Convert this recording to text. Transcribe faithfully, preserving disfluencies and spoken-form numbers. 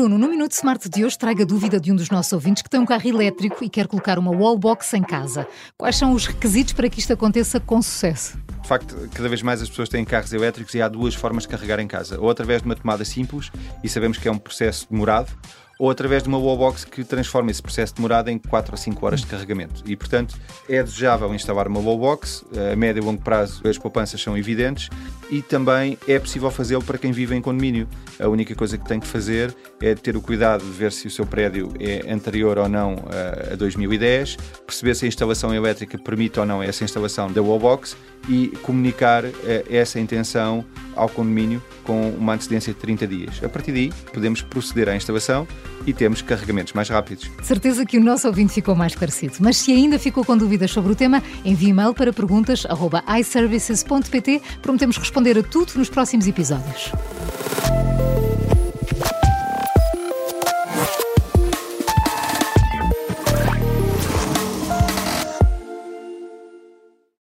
Bruno, no Minuto Smart de hoje traga a dúvida de um dos nossos ouvintes que tem um carro elétrico e quer colocar uma wallbox em casa. Quais são os requisitos para que isto aconteça com sucesso? De facto, cada vez mais as pessoas têm carros elétricos e há duas formas de carregar em casa. Ou através de uma tomada simples, e sabemos que é um processo demorado, ou através de uma wallbox que transforma esse processo demorado em quatro a cinco horas de carregamento. E, portanto, é desejável instalar uma wallbox. A médio e longo prazo as poupanças são evidentes e também é possível fazê-lo para quem vive em condomínio. A única coisa que tem que fazer é ter o cuidado de ver se o seu prédio é anterior ou não a dois mil e dez, perceber se a instalação elétrica permite ou não essa instalação da wallbox e comunicar essa intenção ao condomínio com uma antecedência de trinta dias. A partir daí, podemos proceder à instalação e temos carregamentos mais rápidos. De certeza que o nosso ouvinte ficou mais esclarecido. Mas se ainda ficou com dúvidas sobre o tema, envie e-mail para perguntas arroba i services ponto pt. Prometemos responder a tudo nos próximos episódios.